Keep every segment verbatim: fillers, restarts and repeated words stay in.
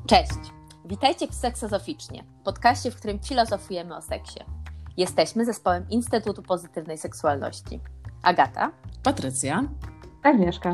Cześć! Witajcie w Seksozoficznie, podcaście, w którym filozofujemy o seksie. Jesteśmy zespołem Instytutu Pozytywnej Seksualności. Agata, Patrycja, Agnieszka.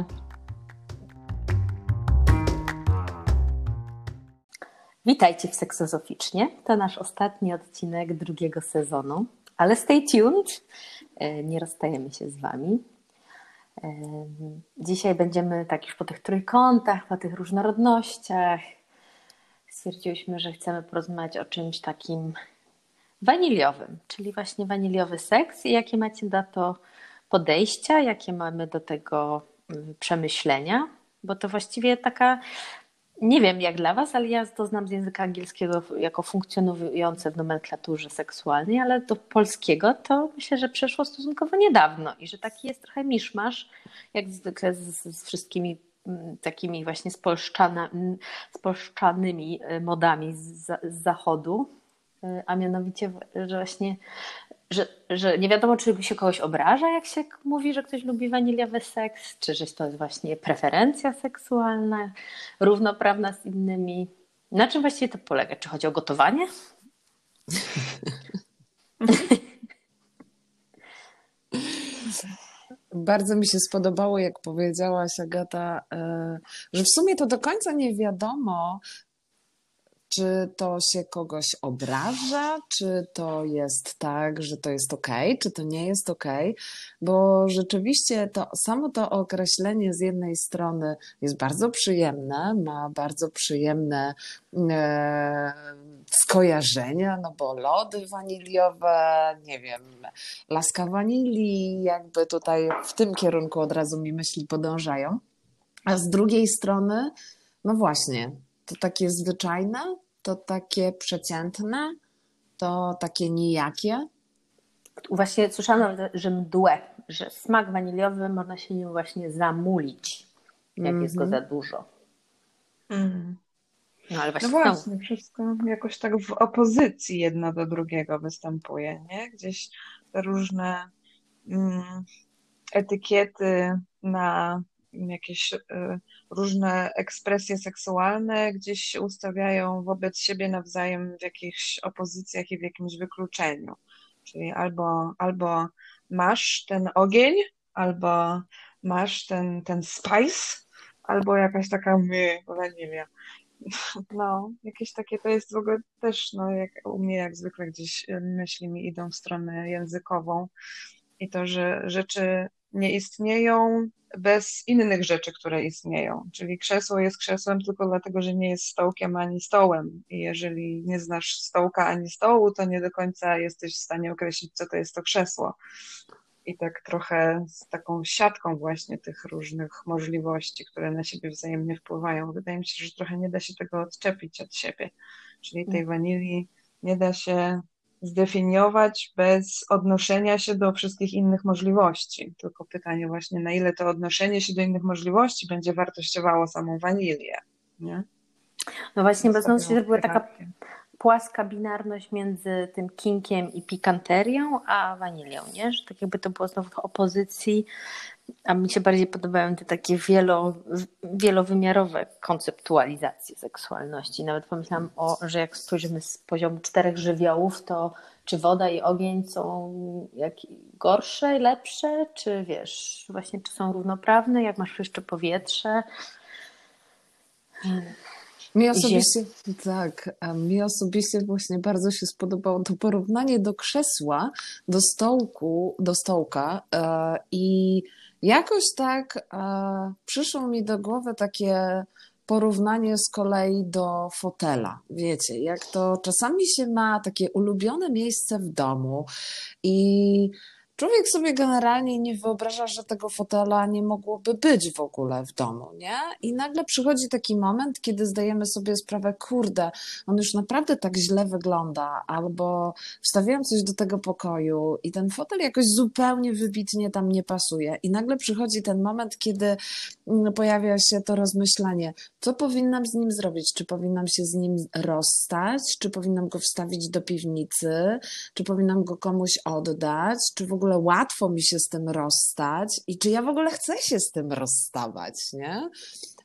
Witajcie w Seksozoficznie. To nasz ostatni odcinek drugiego sezonu, ale stay tuned, nie rozstajemy się z Wami. Dzisiaj będziemy tak już po tych trójkątach, po tych różnorodnościach. Stwierdziłyśmy, że chcemy porozmawiać o czymś takim waniliowym, czyli właśnie waniliowy seks i jakie macie na to podejścia, jakie mamy do tego przemyślenia, bo to właściwie taka, nie wiem jak dla Was, ale ja to znam z języka angielskiego jako funkcjonujące w nomenklaturze seksualnej, ale do polskiego to myślę, że przeszło stosunkowo niedawno i że taki jest trochę miszmasz, jak zwykle z, z wszystkimi takimi właśnie spolszczana, spolszczanymi modami z, z zachodu, a mianowicie, że właśnie, że, że nie wiadomo, czy się kogoś obraża, jak się mówi, że ktoś lubi waniliowy seks, czy że to jest właśnie preferencja seksualna, równoprawna z innymi. Na czym właściwie to polega? Czy chodzi o gotowanie? Bardzo mi się spodobało, jak powiedziałaś, Agata, że w sumie to do końca nie wiadomo, czy to się kogoś obraża, czy to jest tak, że to jest okej, czy to nie jest okej, bo rzeczywiście to samo to określenie z jednej strony jest bardzo przyjemne, ma bardzo przyjemne e, skojarzenia, no bo lody waniliowe, nie wiem, laska wanilii, jakby tutaj w tym kierunku od razu mi myśli podążają, a z drugiej strony, no właśnie, to takie zwyczajne, to takie przeciętne, to takie nijakie. Właśnie słyszałam, że mdłe, że smak waniliowy można się nim właśnie zamulić, jak mm-hmm. jest go za dużo. Mm. No, ale właśnie, no właśnie, no. Wszystko jakoś tak w opozycji jedno do drugiego występuje, nie? Gdzieś te różne mm, etykiety na jakieś y, różne ekspresje seksualne gdzieś się ustawiają wobec siebie nawzajem w jakichś opozycjach i w jakimś wykluczeniu. Czyli albo, albo masz ten ogień, albo masz ten, ten spice, albo jakaś taka my, wanilia. No, jakieś takie to jest w ogóle też, no jak u mnie jak zwykle gdzieś myśli mi idą w stronę językową i to, że rzeczy nie istnieją bez innych rzeczy, które istnieją. Czyli krzesło jest krzesłem tylko dlatego, że nie jest stołkiem ani stołem. I jeżeli nie znasz stołka ani stołu, to nie do końca jesteś w stanie określić, co to jest to krzesło. I tak trochę z taką siatką właśnie tych różnych możliwości, które na siebie wzajemnie wpływają. Wydaje mi się, że trochę nie da się tego odczepić od siebie. Czyli tej wanilii nie da się zdefiniować bez odnoszenia się do wszystkich innych możliwości. Tylko pytanie właśnie, na ile to odnoszenie się do innych możliwości będzie wartościowało samą wanilię, nie? No właśnie, bo znowu się była taka płaska binarność między tym kinkiem i pikanterią, a wanilią, nie? Że tak jakby to było znowu w opozycji, a mi się bardziej podobają te takie wielo, wielowymiarowe konceptualizacje seksualności. Nawet pomyślałam, o, że jak spojrzymy z poziomu czterech żywiołów, to czy woda i ogień są jak gorsze, lepsze, czy wiesz, właśnie czy są równoprawne, jak masz jeszcze powietrze. Mi osobiście, tak, a mi osobiście właśnie bardzo się spodobało to porównanie do krzesła, do stołku, do stołka e, i jakoś tak e, przyszło mi do głowy takie porównanie z kolei do fotela. Wiecie, jak to czasami się ma takie ulubione miejsce w domu i człowiek sobie generalnie nie wyobraża, że tego fotela nie mogłoby być w ogóle w domu, nie? I nagle przychodzi taki moment, kiedy zdajemy sobie sprawę, kurde, on już naprawdę tak źle wygląda, albo wstawiam coś do tego pokoju i ten fotel jakoś zupełnie wybitnie tam nie pasuje. I nagle przychodzi ten moment, kiedy pojawia się to rozmyślanie, co powinnam z nim zrobić? Czy powinnam się z nim rozstać? Czy powinnam go wstawić do piwnicy? Czy powinnam go komuś oddać? Czy w ogóle łatwo mi się z tym rozstać? I czy ja w ogóle chcę się z tym rozstawać, nie?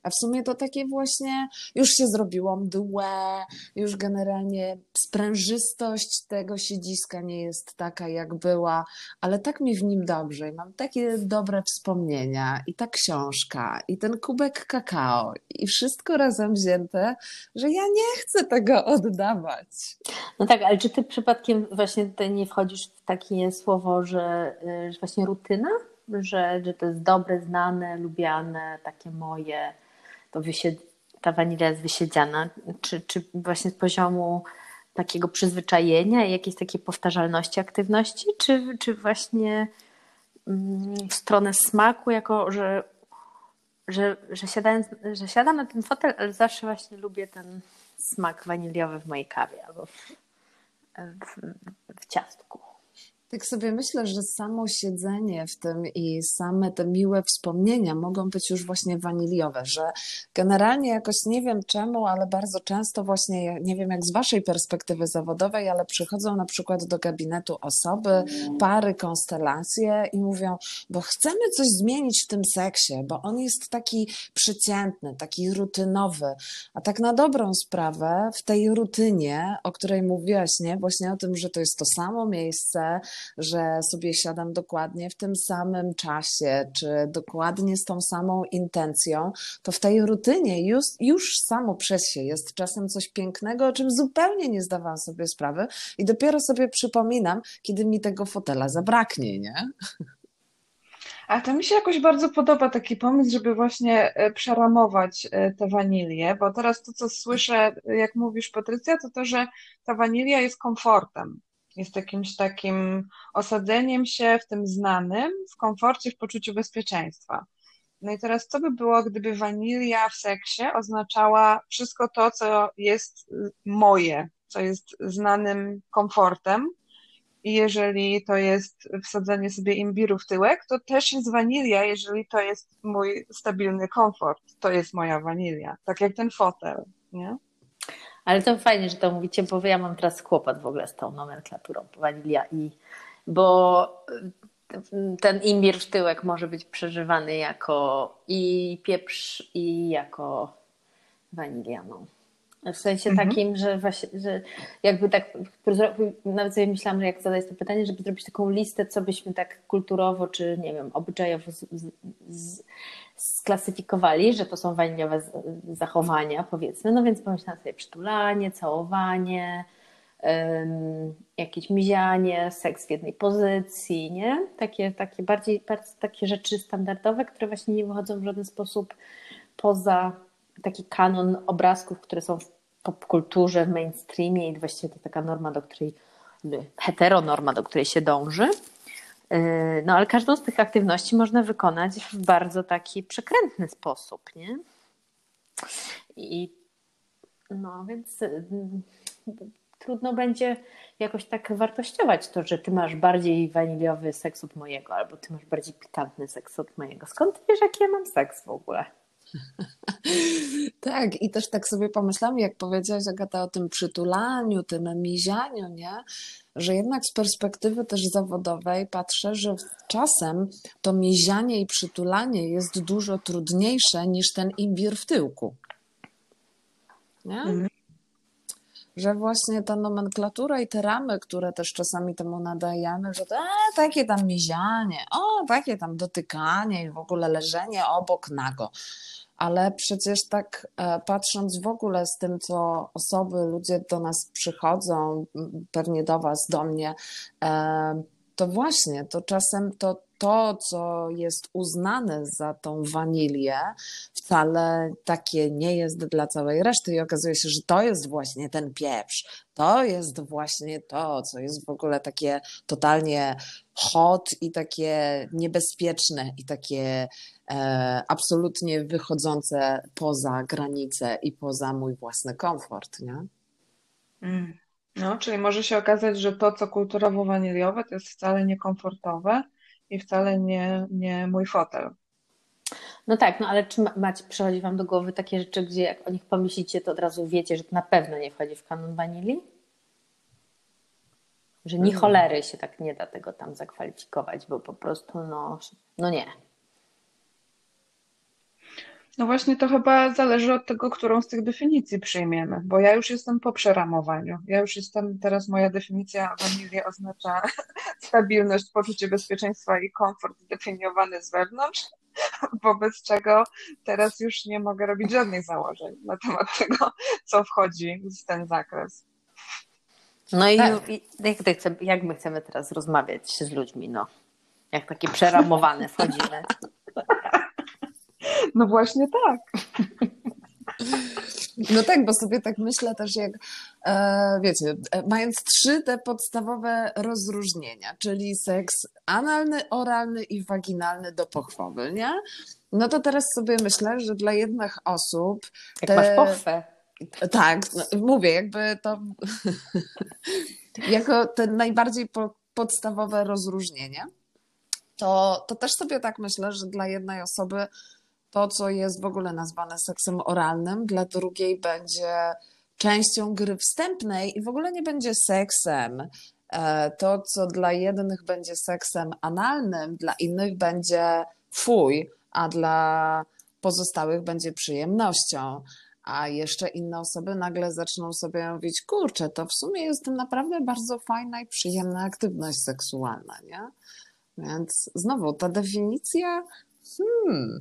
A w sumie to takie właśnie, już się zrobiło mdłe, już generalnie sprężystość tego siedziska nie jest taka, jak była, ale tak mi w nim dobrze i mam takie dobre wspomnienia i ta książka i ten kubek kakao i wszystko razem wzięte, że ja nie chcę tego oddawać. No tak, ale czy ty przypadkiem właśnie tutaj nie wchodzisz w takie słowo, że, y, że właśnie rutyna? Że, że to jest dobre, znane, lubiane, takie moje, to wysied... ta wanilia jest wysiedziana, czy, czy właśnie z poziomu takiego przyzwyczajenia i jakiejś takiej powtarzalności aktywności, czy, czy właśnie mm, w stronę smaku, jako że, że, że, siadając, że siadam na ten fotel, ale zawsze właśnie lubię ten smak waniliowy w mojej kawie albo w, w, w ciastku. Tak sobie myślę, że samo siedzenie w tym i same te miłe wspomnienia mogą być już właśnie waniliowe, że generalnie jakoś nie wiem czemu, ale bardzo często właśnie, nie wiem jak z waszej perspektywy zawodowej, ale przychodzą na przykład do gabinetu osoby, pary, konstelacje i mówią, bo chcemy coś zmienić w tym seksie, bo on jest taki przeciętny, taki rutynowy, a tak na dobrą sprawę w tej rutynie, o której mówiłaś, nie? Właśnie o tym, że to jest to samo miejsce, że sobie siadam dokładnie w tym samym czasie, czy dokładnie z tą samą intencją, to w tej rutynie już, już samo przez się jest czasem coś pięknego, o czym zupełnie nie zdawałam sobie sprawy i dopiero sobie przypominam, kiedy mi tego fotela zabraknie, nie? A to mi się jakoś bardzo podoba taki pomysł, żeby właśnie e, przeramować e, tę wanilię, bo teraz to, co słyszę, jak mówisz, Patrycja, to to, że ta wanilia jest komfortem. Jest jakimś takim osadzeniem się w tym znanym, w komforcie, w poczuciu bezpieczeństwa. No i teraz, co by było, gdyby wanilia w seksie oznaczała wszystko to, co jest y, moje, co jest znanym komfortem, i jeżeli to jest wsadzenie sobie imbiru w tyłek, to też jest wanilia, jeżeli to jest mój stabilny komfort. To jest moja wanilia. Tak jak ten fotel, nie? Ale to fajnie, że to mówicie, bo ja mam teraz kłopot w ogóle z tą nomenklaturą wanilia i bo ten imbir w tyłek może być przeżywany jako i pieprz, i jako wanilia. No. W sensie Mhm. takim, że właśnie, że jakby tak, nawet sobie myślałam, że jak zadać to pytanie, żeby zrobić taką listę, co byśmy tak kulturowo, czy nie wiem, obyczajowo z, z, z, sklasyfikowali, że to są waniliowe zachowania, powiedzmy. No więc pomyślałam sobie przytulanie, całowanie, um, jakieś mizianie, seks w jednej pozycji, nie? Takie, takie bardziej, bardziej takie rzeczy standardowe, które właśnie nie wychodzą w żaden sposób poza taki kanon obrazków, które są w popkulturze, w mainstreamie i właściwie to taka norma, do której, heteronorma, do której się dąży. No ale każdą z tych aktywności można wykonać w bardzo taki przekrętny sposób, nie? I no więc trudno będzie jakoś tak wartościować to, że ty masz bardziej waniliowy seks od mojego, albo ty masz bardziej pikantny seks od mojego. Skąd ty wiesz, jaki ja mam seks w ogóle? Tak, i też tak sobie pomyślałam, jak powiedziałaś, Agata, o tym przytulaniu, tym mizianiu, nie? Że jednak z perspektywy też zawodowej patrzę, że czasem to mizianie i przytulanie jest dużo trudniejsze niż ten imbir w tyłku. Nie? Mhm. Że właśnie ta nomenklatura i te ramy, które też czasami temu nadajemy, że to e, takie tam mizianie, o, takie tam dotykanie i w ogóle leżenie obok nago. Ale przecież tak e, patrząc w ogóle z tym, co osoby, ludzie do nas przychodzą, m, pewnie do was, do mnie, e, to właśnie, to czasem to, to, co jest uznane za tą wanilię, wcale takie nie jest dla całej reszty i okazuje się, że to jest właśnie ten pieprz, to jest właśnie to, co jest w ogóle takie totalnie hot i takie niebezpieczne i takie e, absolutnie wychodzące poza granice i poza mój własny komfort, nie? Mm. No, czyli może się okazać, że to, co kulturowo waniliowe, to jest wcale nie komfortowe i wcale nie, nie mój fotel. No tak, no ale czy macie, przychodzi wam do głowy takie rzeczy, gdzie jak o nich pomyślicie, to od razu wiecie, że to na pewno nie wchodzi w kanon wanilii? Że ni cholery się tak nie da tego tam zakwalifikować, bo po prostu no, no nie. No właśnie to chyba zależy od tego, którą z tych definicji przyjmiemy, bo ja już jestem po przeramowaniu. Ja już jestem, teraz moja definicja wanilii oznacza stabilność, poczucie bezpieczeństwa i komfort zdefiniowany z wewnątrz, wobec czego teraz już nie mogę robić żadnych założeń na temat tego, co wchodzi w ten zakres. No i, Tak. i jak, ty chcemy, jak my chcemy teraz rozmawiać z ludźmi, no? Jak takie przeramowane wchodzimy. No właśnie tak. No tak, bo sobie tak myślę też jak, e, wiecie, e, mając trzy te podstawowe rozróżnienia, czyli seks analny, oralny i waginalny do pochwowy, nie? No to teraz sobie myślę, że dla jednych osób Jak te... masz pochwę. Tak, no, mówię, jakby to jako te najbardziej po, podstawowe rozróżnienie, to, to też sobie tak myślę, że dla jednej osoby to, co jest w ogóle nazwane seksem oralnym, dla drugiej będzie częścią gry wstępnej i w ogóle nie będzie seksem. E, To, co dla jednych będzie seksem analnym, dla innych będzie fuj, a dla pozostałych będzie przyjemnością. A jeszcze inne osoby nagle zaczną sobie mówić, kurczę, to w sumie jest naprawdę bardzo fajna i przyjemna aktywność seksualna, nie? Więc znowu ta definicja, hmm,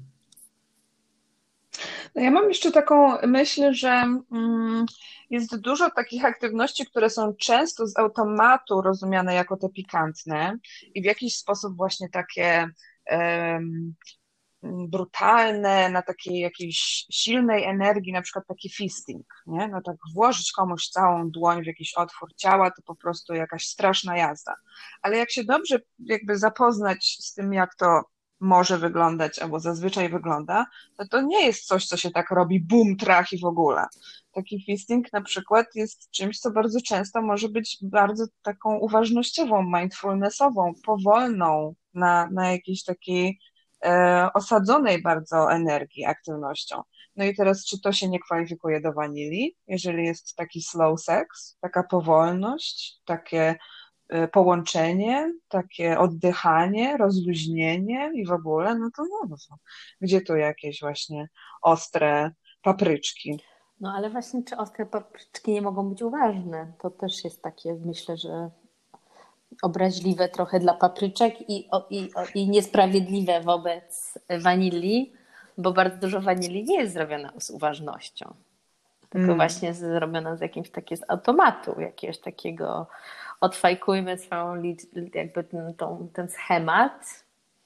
No ja mam jeszcze taką myśl, że mm, jest dużo takich aktywności, które są często z automatu rozumiane jako te pikantne i w jakiś sposób właśnie takie em, brutalne, na takiej jakiejś silnej energii, na przykład taki fisting, nie? No tak włożyć komuś całą dłoń w jakiś otwór ciała, to po prostu jakaś straszna jazda. Ale jak się dobrze jakby zapoznać z tym, jak to może wyglądać, albo zazwyczaj wygląda, to to nie jest coś, co się tak robi bum, trach i w ogóle. Taki fisting na przykład jest czymś, co bardzo często może być bardzo taką uważnościową, mindfulnessową, powolną, na, na jakiejś takiej e, osadzonej bardzo energii, aktywnością. No i teraz, czy to się nie kwalifikuje do wanilii, jeżeli jest taki slow sex, taka powolność, takie e, połączenie, takie oddychanie, rozluźnienie i w ogóle, no to no, no to gdzie tu jakieś właśnie ostre papryczki? No ale właśnie, czy ostre papryczki nie mogą być uważne? To też jest takie, myślę, że obraźliwe trochę dla papryczek i, o, i, o, i niesprawiedliwe wobec wanilii, bo bardzo dużo wanilii nie jest zrobione z uważnością, tylko Mm. właśnie zrobione z jakimś takiego z automatu, jakiegoś takiego odfajkujmy swoją li- jakby ten, tą, ten schemat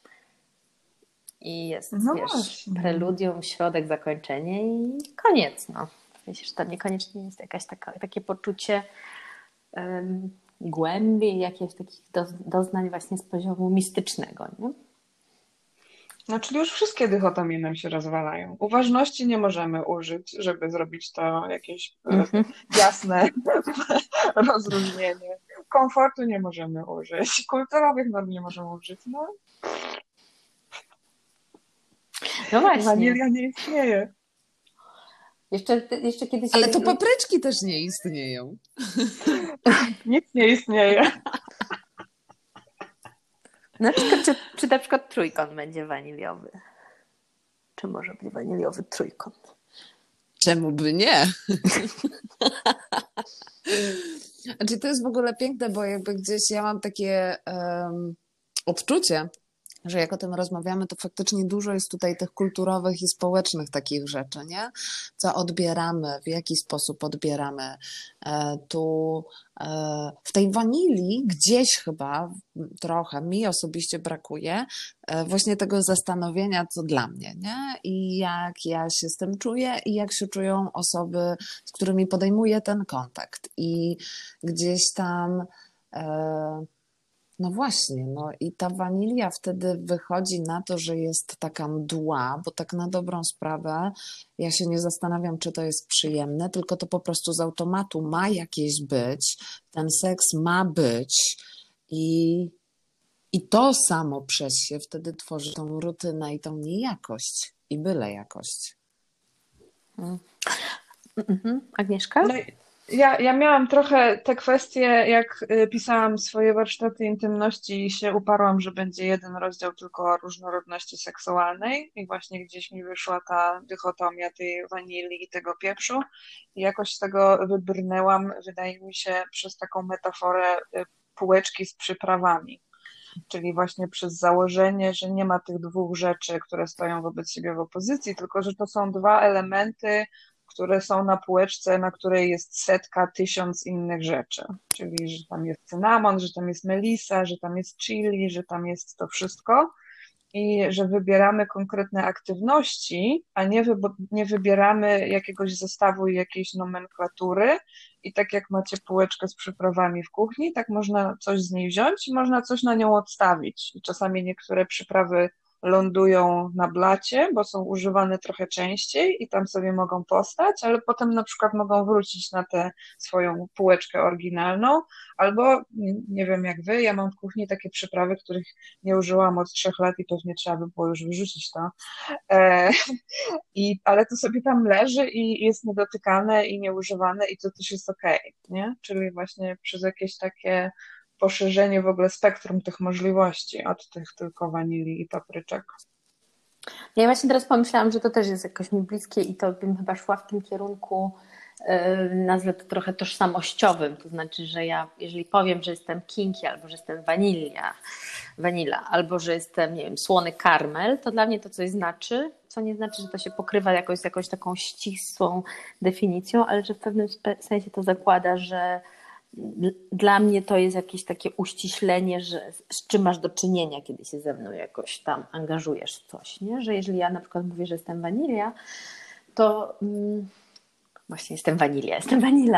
i jest, No wiesz, właśnie. preludium, środek, zakończenie i koniec, no. Myślę, że to niekoniecznie jest jakaś taka, takie poczucie um, głębi, jakichś takich do, doznań właśnie z poziomu mistycznego, nie? No, czyli już wszystkie dychotomie nam się rozwalają. Uważności nie możemy użyć, żeby zrobić to jakieś e, Mhm. jasne rozróżnienie. Komfortu nie możemy użyć. Kulturowych norm nie możemy użyć. No, No właśnie. wanilia nie istnieje. Jeszcze, jeszcze kiedyś... ale to papryczki też nie istnieją. Nic nie istnieje. Na przykład, czy, czy na przykład trójkąt będzie waniliowy? Czy może być waniliowy trójkąt? Czemu by nie? Znaczy, to jest w ogóle piękne, bo jakby gdzieś ja mam takie um, odczucie, że jak o tym rozmawiamy, to faktycznie dużo jest tutaj tych kulturowych i społecznych takich rzeczy, nie? Co odbieramy, w jaki sposób odbieramy. E, tu e, w tej wanilii gdzieś chyba trochę mi osobiście brakuje e, właśnie tego zastanowienia, co dla mnie, nie? I jak ja się z tym czuję i jak się czują osoby, z którymi podejmuję ten kontakt. I gdzieś tam e, no właśnie, no i ta wanilia wtedy wychodzi na to, że jest taka mdła, bo tak na dobrą sprawę ja się nie zastanawiam, czy to jest przyjemne, tylko to po prostu z automatu ma jakieś być, ten seks ma być i, i to samo przez się wtedy tworzy tą rutynę i tą niejakość i byle jakość. Mhm. Agnieszka? No, Ja, ja miałam trochę te kwestie, jak y, pisałam swoje warsztaty intymności i się uparłam, że będzie jeden rozdział tylko o różnorodności seksualnej i właśnie gdzieś mi wyszła ta dychotomia tej wanilii i tego pieprzu i jakoś z tego wybrnęłam, wydaje mi się, przez taką metaforę y, półeczki z przyprawami. Czyli właśnie przez założenie, że nie ma tych dwóch rzeczy, które stoją wobec siebie w opozycji, tylko że to są dwa elementy, które są na półeczce, na której jest setka, tysiąc innych rzeczy. Czyli, że tam jest cynamon, że tam jest melisa, że tam jest chili, że tam jest to wszystko i że wybieramy konkretne aktywności, a nie, wybo- nie wybieramy jakiegoś zestawu i jakiejś nomenklatury. I tak jak macie półeczkę z przyprawami w kuchni, tak można coś z niej wziąć i można coś na nią odstawić. I czasami niektóre przyprawy lądują na blacie, bo są używane trochę częściej i tam sobie mogą postać, ale potem na przykład mogą wrócić na tę swoją półeczkę oryginalną, albo nie nie wiem jak wy, ja mam w kuchni takie przyprawy, których nie użyłam od trzech lat i pewnie trzeba by było już wyrzucić to. E, i, ale to sobie tam leży i jest niedotykane i nieużywane i to też jest okej, nie? Czyli właśnie przez jakieś takie poszerzenie w ogóle spektrum tych możliwości od tych tylko wanilii i papryczek. Ja właśnie teraz pomyślałam, że to też jest jakoś mi bliskie i to bym chyba szła w tym kierunku, yy, nazwę to trochę tożsamościowym, to znaczy, że ja jeżeli powiem, że jestem kinki albo że jestem wanilia, wanila, albo że jestem, nie wiem, słony karmel, to dla mnie to coś znaczy, co nie znaczy, że to się pokrywa jakoś z jakąś taką ścisłą definicją, ale że w pewnym spe- sensie to zakłada, że dla mnie to jest jakieś takie uściślenie, że z czym masz do czynienia, kiedy się ze mną jakoś tam angażujesz w coś, nie? Że jeżeli ja na przykład mówię, że jestem wanilia, to mm, właśnie jestem wanilia, jestem wanila,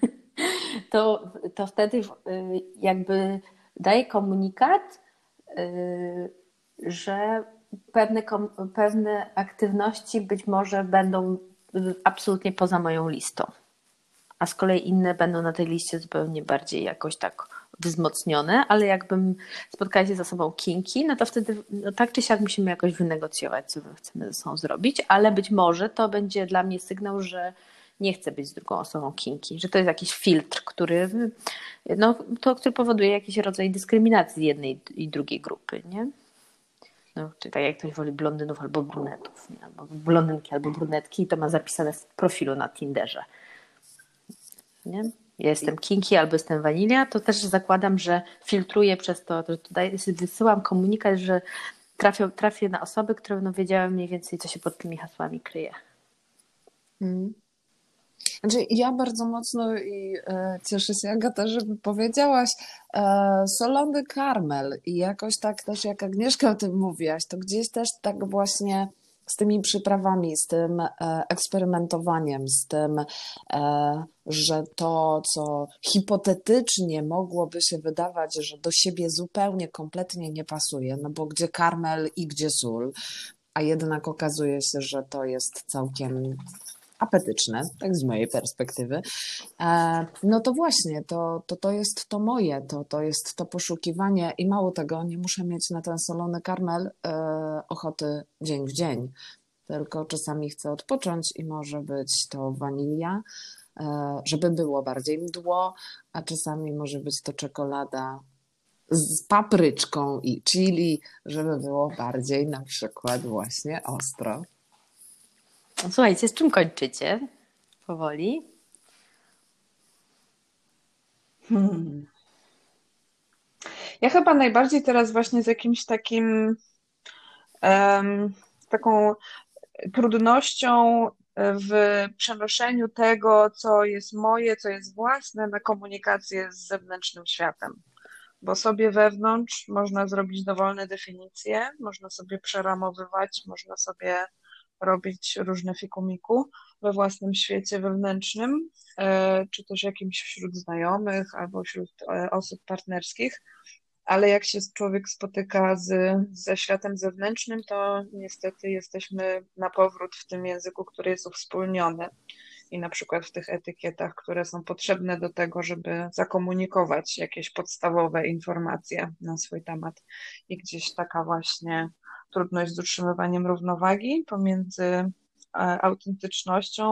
to, to wtedy y, jakby daję komunikat, y, że pewne, kom, pewne aktywności być może będą y, absolutnie poza moją listą, a z kolei inne będą na tej liście zupełnie bardziej jakoś tak wzmocnione, ale jakbym spotkała się ze sobą kinki, no to wtedy no tak czy siak musimy jakoś wynegocjować, co my chcemy ze sobą zrobić, ale być może to będzie dla mnie sygnał, że nie chcę być z drugą osobą kinki, że to jest jakiś filtr, który, no, to, który powoduje jakiś rodzaj dyskryminacji jednej i drugiej grupy, nie? No, czyli tak jak ktoś woli blondynów albo brunetów, nie? Albo blondynki albo brunetki i to ma zapisane w profilu na Tinderze. Nie? Ja jestem kinki albo jestem wanilia, to też zakładam, że filtruję przez to, że tutaj wysyłam komunikat, że trafię, trafię na osoby, które będą wiedziały mniej więcej, co się pod tymi hasłami kryje. Hmm. Znaczy, ja bardzo mocno i e, cieszę się, Agata, że powiedziałaś e, solony karmel i jakoś tak też, jak Agnieszka o tym mówiłaś, to gdzieś też tak właśnie z tymi przyprawami, z tym e, eksperymentowaniem, z tym, e, że to, co hipotetycznie mogłoby się wydawać, że do siebie zupełnie, kompletnie nie pasuje, no bo gdzie karmel i gdzie sól, a jednak okazuje się, że to jest całkiem apetyczne, tak z mojej perspektywy, e, no to właśnie, to, to, to jest to moje, to, to jest to poszukiwanie i mało tego, nie muszę mieć na ten solony karmel e, ochoty dzień w dzień, tylko czasami chcę odpocząć i może być to wanilia, e, żeby było bardziej mdło, a czasami może być to czekolada z papryczką i chili, żeby było bardziej na przykład właśnie ostro. No, słuchajcie, z czym kończycie? Powoli. Hmm. Ja chyba najbardziej teraz właśnie z jakimś takim, em, taką trudnością w przenoszeniu tego, co jest moje, co jest własne, na komunikację z zewnętrznym światem. Bo sobie wewnątrz można zrobić dowolne definicje, można sobie przeramowywać, można sobie robić różne fikumiku we własnym świecie wewnętrznym, e, czy też jakimś wśród znajomych albo wśród e, osób partnerskich, ale jak się człowiek spotyka z, ze światem zewnętrznym, to niestety jesteśmy na powrót w tym języku, który jest uwspólniony i na przykład w tych etykietach, które są potrzebne do tego, żeby zakomunikować jakieś podstawowe informacje na swój temat. I gdzieś taka właśnie trudność z utrzymywaniem równowagi pomiędzy e, autentycznością,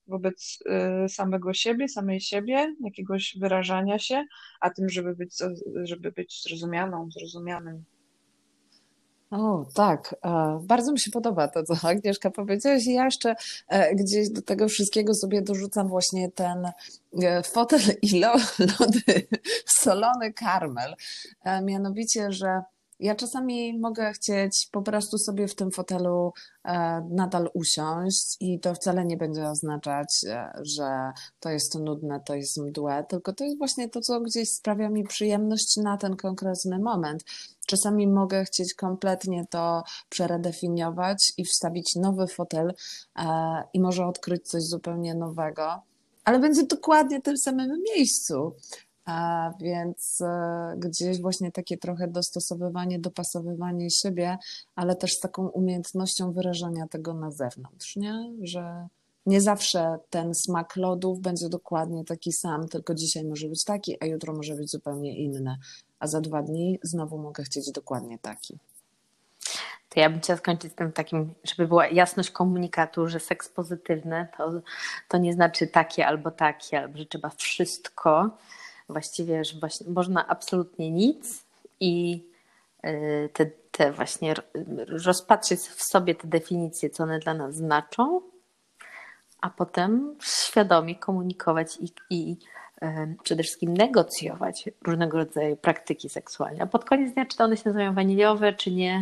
wobec y, samego siebie, samej siebie, jakiegoś wyrażania się, a tym, żeby być, żeby być zrozumianą, zrozumianym. O, tak. E, Bardzo mi się podoba to, co Agnieszka powiedziałaś. I ja jeszcze e, gdzieś do tego wszystkiego sobie dorzucam właśnie ten e, fotel i lo- lody, solony karmel. E, Mianowicie, że ja czasami mogę chcieć po prostu sobie w tym fotelu e, nadal usiąść i to wcale nie będzie oznaczać, e, że to jest nudne, to jest mdłe, tylko to jest właśnie to, co gdzieś sprawia mi przyjemność na ten konkretny moment. Czasami mogę chcieć kompletnie to przeredefiniować i wstawić nowy fotel e, i może odkryć coś zupełnie nowego, ale będzie dokładnie w tym samym miejscu. A więc e, gdzieś właśnie takie trochę dostosowywanie, dopasowywanie siebie, ale też z taką umiejętnością wyrażania tego na zewnątrz, nie? Że nie zawsze ten smak lodów będzie dokładnie taki sam, tylko dzisiaj może być taki, a jutro może być zupełnie inny, a za dwa dni znowu mogę chcieć dokładnie taki. To ja bym chciała skończyć z tym takim, żeby była jasność komunikatu, że seks pozytywny to, to nie znaczy takie albo takie, albo że trzeba wszystko. Właściwie, że właśnie można absolutnie nic i y, te, te właśnie rozpatrzeć w sobie te definicje, co one dla nas znaczą, a potem świadomie komunikować i, i y, przede wszystkim negocjować różnego rodzaju praktyki seksualne. A pod koniec dnia, czy to one się nazywają waniliowe, czy nie,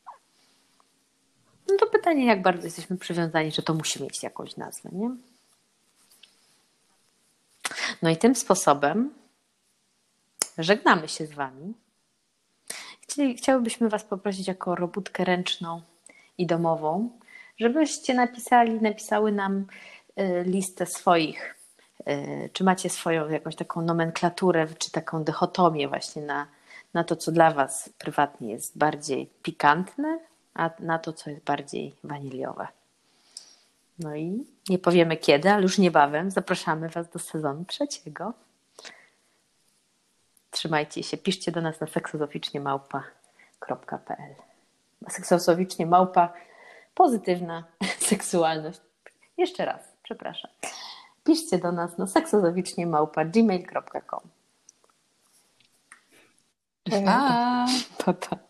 no to pytanie, jak bardzo jesteśmy przywiązani, że to musi mieć jakąś nazwę, nie? No i tym sposobem żegnamy się z Wami. Chcieli, chciałybyśmy Was poprosić jako robótkę ręczną i domową, żebyście napisali, napisały nam y, listę swoich, y, czy macie swoją jakąś taką nomenklaturę, czy taką dychotomię właśnie na, na to, co dla Was prywatnie jest bardziej pikantne, a na to, co jest bardziej waniliowe. No i nie powiemy kiedy, ale już niebawem zapraszamy Was do sezonu trzeciego. Trzymajcie się, piszcie do nas na seksozoficznie małpa kropka pe el. Seksozoficznie małpa, pozytywna seksualność. Jeszcze raz, przepraszam. Piszcie do nas na seksozoficznie małpa gmail kropka com. Cześć. Pa! Pa, pa.